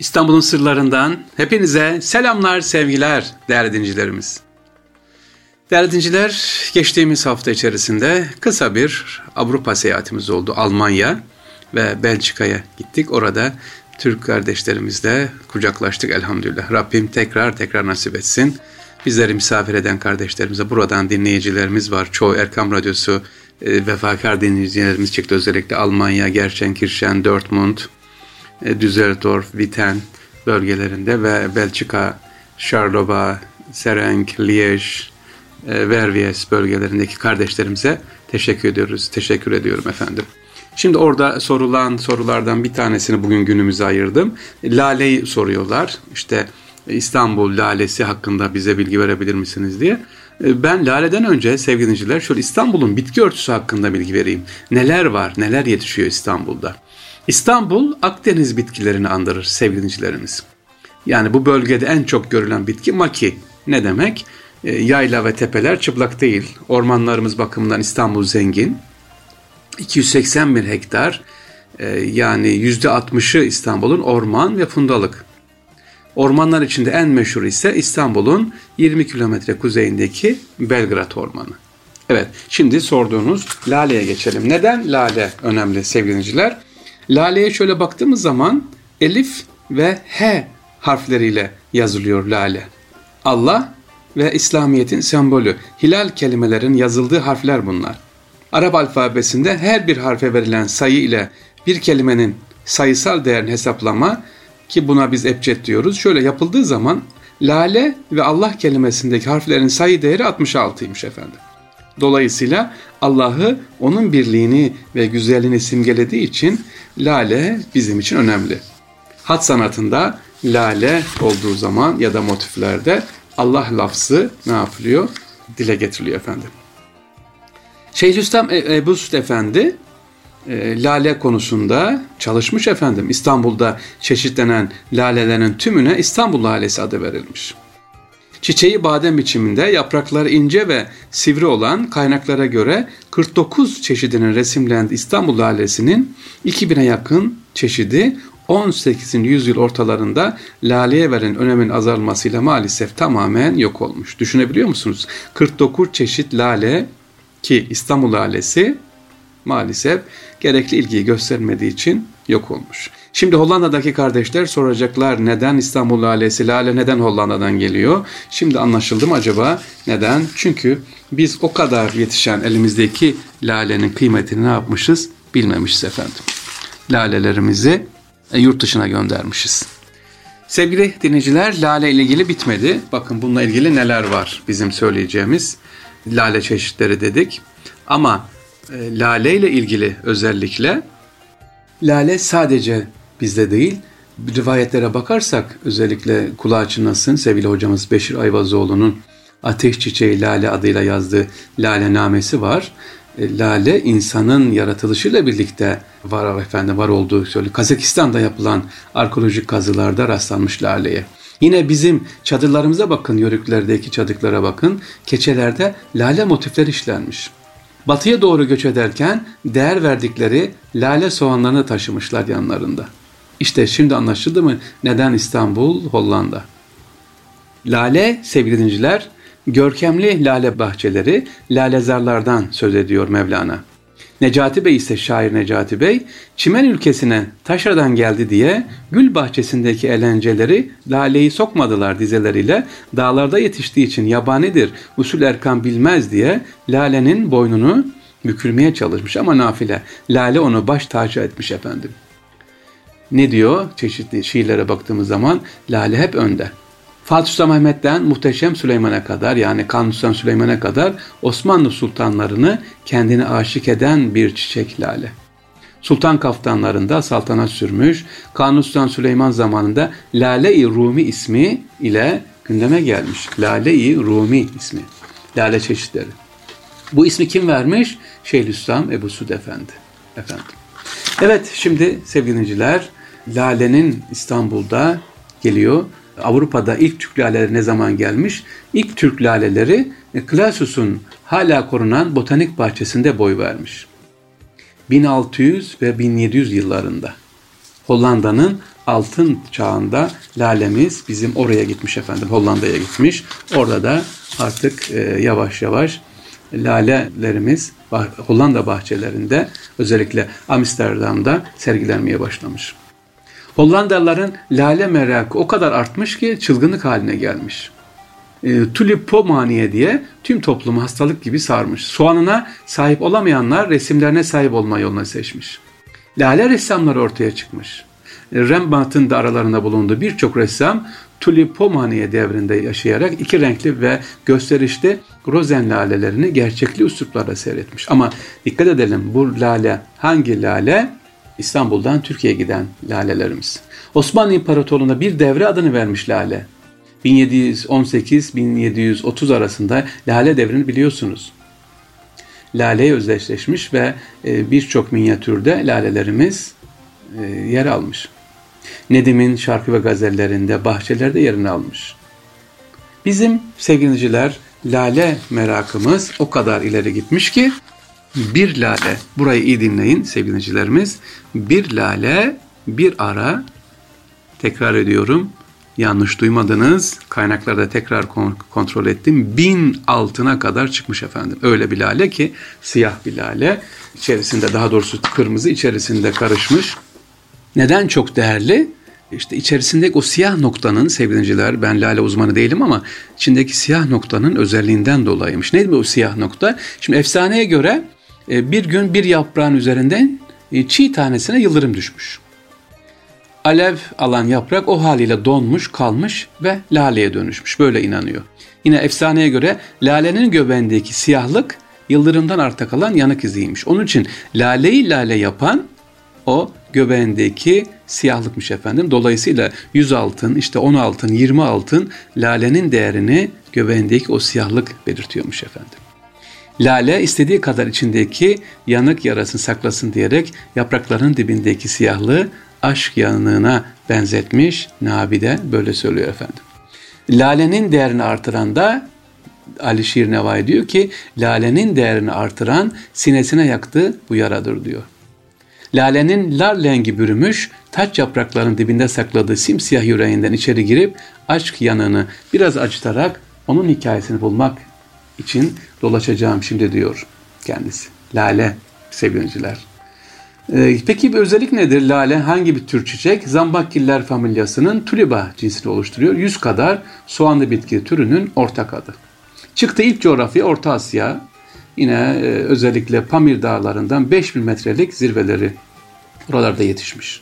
İstanbul'un sırlarından hepinize selamlar, sevgiler değerli dinleyicilerimiz. Değerli dinleyiciler, geçtiğimiz hafta içerisinde kısa bir Avrupa seyahatimiz oldu. Almanya ve Belçika'ya gittik. Orada Türk kardeşlerimizle kucaklaştık elhamdülillah. Rabbim tekrar nasip etsin. Bizleri misafir eden kardeşlerimize, buradan dinleyicilerimiz var. Çoğu Erkam Radyosu vefakar dinleyicilerimiz çıktı. Özellikle Almanya, Gerschenkirchen, Dortmund, Düsseldorf, Witten bölgelerinde ve Belçika, Charleroi, Serenc, Liège, Verviers bölgelerindeki kardeşlerimize teşekkür ediyorum efendim. Şimdi orada sorulan sorulardan bir tanesini bugün günümüze ayırdım. Lale'yi soruyorlar. İşte İstanbul lalesi hakkında bize bilgi verebilir misiniz diye. Ben laleden önce sevgili dinleyiciler şöyle İstanbul'un bitki örtüsü hakkında bilgi vereyim. Neler var, neler yetişiyor İstanbul'da? İstanbul Akdeniz bitkilerini andırır sevgili dinleyicilerimiz. Yani bu bölgede en çok görülen bitki maki. Ne demek? Yayla ve tepeler çıplak değil. Ormanlarımız bakımından İstanbul zengin. 281 hektar yani %60'ı İstanbul'un orman ve fundalık. Ormanlar içinde en meşhur ise İstanbul'un 20 kilometre kuzeyindeki Belgrad Ormanı. Evet, şimdi sorduğunuz laleye geçelim. Neden lale önemli sevgili dinleyiciler? Laleye şöyle baktığımız zaman elif ve h harfleriyle yazılıyor lale. Allah ve İslamiyet'in sembolü. Hilal kelimelerin yazıldığı harfler bunlar. Arap alfabesinde her bir harfe verilen sayı ile bir kelimenin sayısal değerini hesaplama, ki buna biz ebced diyoruz, şöyle yapıldığı zaman lale ve Allah kelimesindeki harflerin sayı değeri 66'ymış efendim. Dolayısıyla Allah'ı, onun birliğini ve güzelliğini simgelediği için lale bizim için önemli. Hat sanatında lale olduğu zaman ya da motiflerde Allah lafzı ne yapılıyor? Dile getiriliyor efendim. Şeyhülislam Ebu Süd Efendi lale konusunda çalışmış efendim. İstanbul'da çeşitlenen lalelerin tümüne İstanbul lalesi adı verilmiş. Çiçeği badem biçiminde, yaprakları ince ve sivri olan, kaynaklara göre 49 çeşidinin resimlendiği İstanbul lalesinin 2000'e yakın çeşidi 18. yüzyıl ortalarında laleye verilen önemin azalmasıyla maalesef tamamen yok olmuş. Düşünebiliyor musunuz? 49 çeşit lale, ki İstanbul lalesi maalesef gerekli ilgiyi göstermediği için yok olmuş. Şimdi Hollanda'daki kardeşler soracaklar, neden İstanbul lalesi, lale neden Hollanda'dan geliyor? Şimdi anlaşıldı mı acaba? Neden? Çünkü biz o kadar yetişen elimizdeki lalenin kıymetini ne yapmışız? Bilmemişiz efendim. Lalelerimizi yurt dışına göndermişiz. Sevgili dinleyiciler, lale ile ilgili bitmedi. Bakın bununla ilgili neler var bizim söyleyeceğimiz. Lale çeşitleri dedik. Ama lale ile ilgili özellikle lale sadece bizde değil, rivayetlere bakarsak özellikle kulağı çınlasın sevgili hocamız Beşir Ayvazoğlu'nun Ateş Çiçeği Lale adıyla yazdığı Lale-namesi var. Lale insanın yaratılışıyla birlikte var olduğu söyleniyor. Kazakistan'da yapılan arkeolojik kazılarda rastlanmış laleye. Yine bizim çadırlarımıza bakın, yörüklerdeki çadırlara bakın, keçelerde lale motifleri işlenmiş. Batıya doğru göç ederken değer verdikleri lale soğanlarını taşımışlar yanlarında. İşte şimdi anlaşıldı mı neden İstanbul, Hollanda? Lale sevgili dinleyiciler, görkemli lale bahçeleri, lalezarlardan söz ediyor Mevlana. Necati Bey ise, şair Necati Bey, çimen ülkesine taşradan geldi diye gül bahçesindeki eğlenceleri laleyi sokmadılar dizeleriyle, dağlarda yetiştiği için yabanidir, usul erkan bilmez diye lalenin boynunu bükülmeye çalışmış ama nafile. Lale onu baş tacı etmiş efendim. Ne diyor? Çeşitli şiirlere baktığımız zaman lale hep önde. Fatih Sultan Mehmet'ten Muhteşem Süleyman'a kadar, yani Kanuni Sultan Süleyman'a kadar Osmanlı sultanlarını kendine aşık eden bir çiçek lale. Sultan kaftanlarında saltanat sürmüş, Kanuni Sultan Süleyman zamanında Lale-i Rumi ismi ile gündeme gelmiş. Lale-i Rumi ismi, lale çeşitleri. Bu ismi kim vermiş? Şeyhülislam Ebu Süd Efendi. Evet, şimdi sevgili dinleyiciler, lalenin İstanbul'da geliyor. Avrupa'da ilk Türk laleleri ne zaman gelmiş? İlk Türk laleleri Klasius'un hala korunan botanik bahçesinde boy vermiş. 1600 ve 1700 yıllarında Hollanda'nın altın çağında lalemiz bizim oraya gitmiş efendim. Hollanda'ya gitmiş. Orada da artık yavaş yavaş lalelerimiz Hollanda bahçelerinde, özellikle Amsterdam'da sergilenmeye başlamış. Hollandalıların lale merakı o kadar artmış ki çılgınlık haline gelmiş. Tulipomaniye diye tüm toplumu hastalık gibi sarmış. Soğanına sahip olamayanlar resimlerine sahip olma yolunu seçmiş. Lale ressamları ortaya çıkmış. Rembrandt'ın da aralarında bulunduğu birçok ressam tulipomaniye devrinde yaşayarak iki renkli ve gösterişli rozen lalelerini gerçekli üsluplarla seyretmiş. Ama dikkat edelim, bu lale hangi lale? İstanbul'dan Türkiye'ye giden lalelerimiz. Osmanlı İmparatorluğu'na bir devre adını vermiş lale. 1718-1730 arasında lale devrini biliyorsunuz. Lale'ye özdeşleşmiş ve birçok minyatürde lalelerimiz yer almış. Nedim'in şarkı ve gazellerinde, bahçelerde yerini almış. Bizim sevgiliciler lale merakımız o kadar ileri gitmiş ki bir lale, burayı iyi dinleyin sevgilicilerimiz, bir lale bir ara, tekrar ediyorum, yanlış duymadınız, kaynaklarda tekrar kontrol ettim, 1000 altına kadar çıkmış efendim. Öyle bir lale ki siyah bir lale, içerisinde, daha doğrusu kırmızı içerisinde karışmış. Neden çok değerli? İşte içerisindeki o siyah noktanın, sevgiliciler, ben lale uzmanı değilim ama içindeki siyah noktanın özelliğinden dolayıymış. Neydi o siyah nokta? Şimdi efsaneye göre bir gün bir yaprağın üzerinden çiğ tanesine yıldırım düşmüş. Alev alan yaprak o haliyle donmuş, kalmış ve laleye dönüşmüş. Böyle inanıyor. Yine efsaneye göre lalenin göbeğindeki siyahlık yıldırımdan arta kalan yanık iziymiş. Onun için laleyi lale yapan o göbeğindeki siyahlıkmış efendim. Dolayısıyla 100 altın, işte 10 altın, 20 altın lalenin değerini göbeğindeki o siyahlık belirtiyormuş efendim. Lale istediği kadar içindeki yanık yarasını saklasın diyerek yaprakların dibindeki siyahlığı aşk yanığına benzetmiş. Nabide böyle söylüyor efendim. Lalenin değerini artıran da Ali Şiir Nevai diyor ki, lalenin değerini artıran sinesine yaktığı bu yaradır diyor. Lalenin lar rengi bürümüş, taç yapraklarının dibinde sakladığı simsiyah yüreğinden içeri girip aşk yanığını biraz acıtarak onun hikayesini bulmak için dolaşacağım şimdi diyor kendisi. Lale sevgiliciler. Peki bir özellik nedir? Lale hangi bir tür çiçek? Zambakgiller familyasının tuliba cinsini oluşturuyor. 100 kadar soğanlı bitki türünün ortak adı. Çıktığı ilk coğrafya Orta Asya. Yine özellikle Pamir dağlarından 5000 metrelik zirveleri oralarda yetişmiş.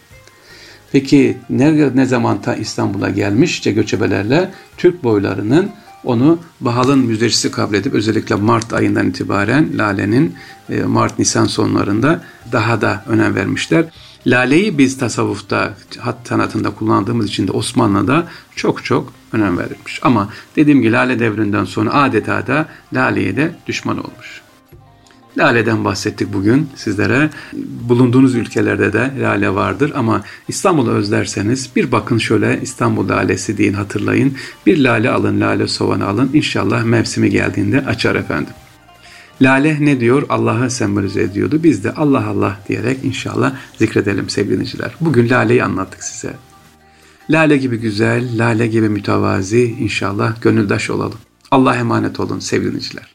Peki ne zaman İstanbul'a gelmiş göçebelerle Türk boylarının onu bahalın müjdecisi kabul edip özellikle Mart ayından itibaren lalenin Mart-Nisan sonlarında daha da önem vermişler. Laleyi biz tasavvufta, hat sanatında kullandığımız için de Osmanlı'da çok çok önem verilmiş. Ama dediğim gibi lale devrinden sonra adeta da laleye de düşman olmuş. Lale'den bahsettik bugün sizlere. Bulunduğunuz ülkelerde de lale vardır ama İstanbul'u özlerseniz bir bakın şöyle, İstanbul lalesi deyin, hatırlayın. Bir lale alın, lale sovanı alın. İnşallah mevsimi geldiğinde açar efendim. Lale ne diyor? Allah'ı sembolize ediyordu. Biz de Allah Allah diyerek inşallah zikredelim sevgili dinleyiciler. Bugün laleyi anlattık size. Lale gibi güzel, lale gibi mütevazi, inşallah gönüldaş olalım. Allah'a emanet olun sevgili dinleyiciler.